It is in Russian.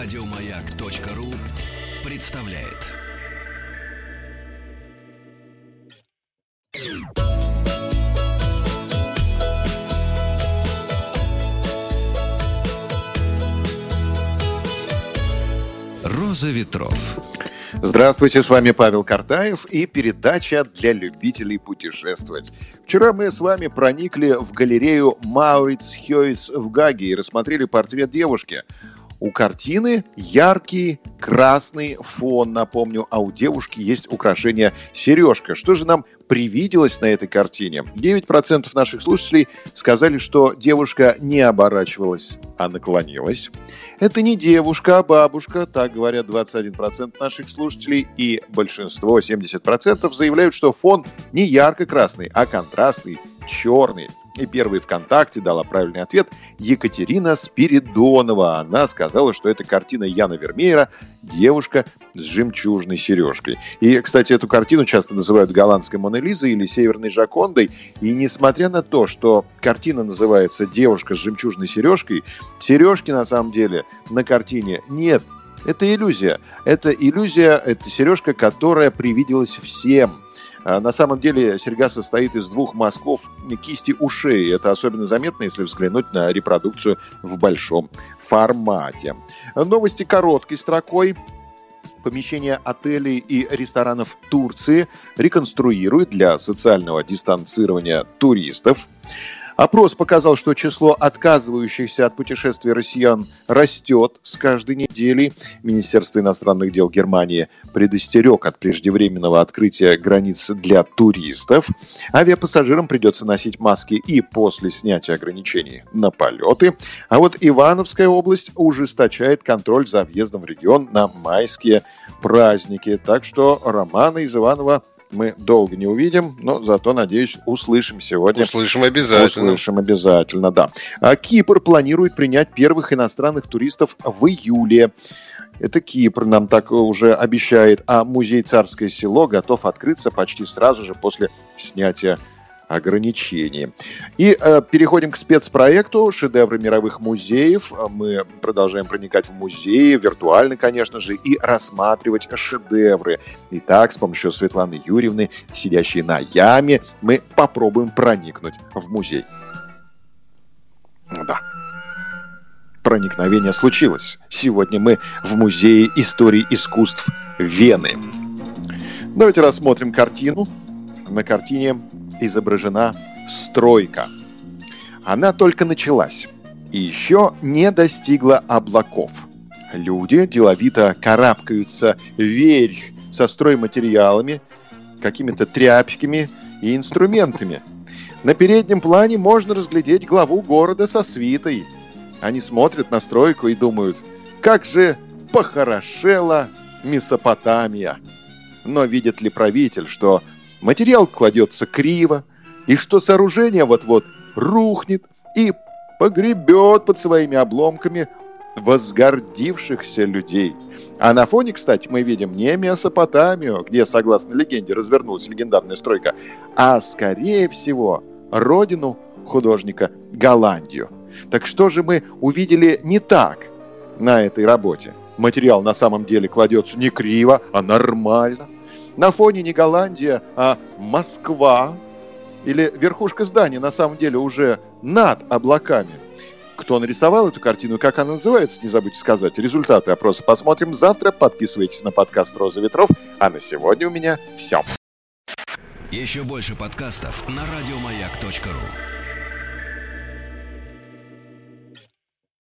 Радиомаяк.ру представляет. Роза ветров. Здравствуйте, с вами Павел Картаев и передача для любителей путешествовать. Вчера мы с вами проникли в галерею Мауритс-Хёйс в Гааге и рассмотрели портрет девушки. У картины яркий красный фон, напомню, а у девушки есть украшение сережка. Что же нам привиделось на этой картине? 9% наших слушателей сказали, что девушка не оборачивалась, а наклонилась. Это не девушка, а бабушка, так говорят 21% наших слушателей, и большинство, 70%, заявляют, что фон не ярко-красный, а контрастный, черный. И первой ВКонтакте дала правильный ответ Екатерина Спиридонова. Она сказала, что это картина Яна Вермеера «Девушка с жемчужной сережкой». И, кстати, эту картину часто называют голландской Моной Лизой или северной Джокондой. И несмотря на то, что картина называется «Девушка с жемчужной сережкой», сережки на самом деле на картине нет. Это иллюзия. Это сережка, которая привиделась всем. На самом деле серьга состоит из двух мазков кисти ушей. Это особенно заметно, если взглянуть на репродукцию в большом формате. Новости короткой строкой. Помещения отелей и ресторанов Турции реконструируют для социального дистанцирования туристов. Опрос показал, что число отказывающихся от путешествий россиян растет с каждой неделей. Министерство иностранных дел Германии предостерег от преждевременного открытия границ для туристов. Авиапассажирам придется носить маски и после снятия ограничений на полеты. А вот Ивановская область ужесточает контроль за въездом в регион на майские праздники. Так что Романа из Иванова мы долго не увидим, но зато, надеюсь, услышим сегодня. Услышим обязательно, да. А Кипр планирует принять первых иностранных туристов в июле. Это Кипр нам так уже обещает. А музей «Царское село» готов открыться почти сразу же после снятия ограничений. И переходим к спецпроекту «Шедевры мировых музеев». Мы продолжаем проникать в музеи, виртуально, конечно же, и рассматривать шедевры. Итак, с помощью Светланы Юрьевны, сидящей на яме, мы попробуем проникнуть в музей. Да. Проникновение случилось. Сегодня мы в Музее истории искусств Вены. Давайте рассмотрим картину. На картине изображена стройка. Она только началась и еще не достигла облаков. Люди деловито карабкаются вверх со стройматериалами, какими-то тряпками и инструментами. На переднем плане можно разглядеть главу города со свитой. Они смотрят на стройку и думают, как же похорошела Месопотамия. Но видит ли правитель, что материал кладется криво, и что сооружение вот-вот рухнет и погребет под своими обломками возгордившихся людей. А на фоне, кстати, мы видим не Месопотамию, где, согласно легенде, развернулась легендарная стройка, а, скорее всего, родину художника Голландию. Так что же мы увидели не так на этой работе? Материал на самом деле кладется не криво, а нормально. На фоне не Голландия, а Москва. Или верхушка здания на самом деле уже над облаками. Кто нарисовал эту картину, как она называется, не забудьте сказать. Результаты опроса посмотрим завтра. Подписывайтесь на подкаст «Роза ветров». А на сегодня у меня все. Еще больше подкастов на радиомаяк.ру.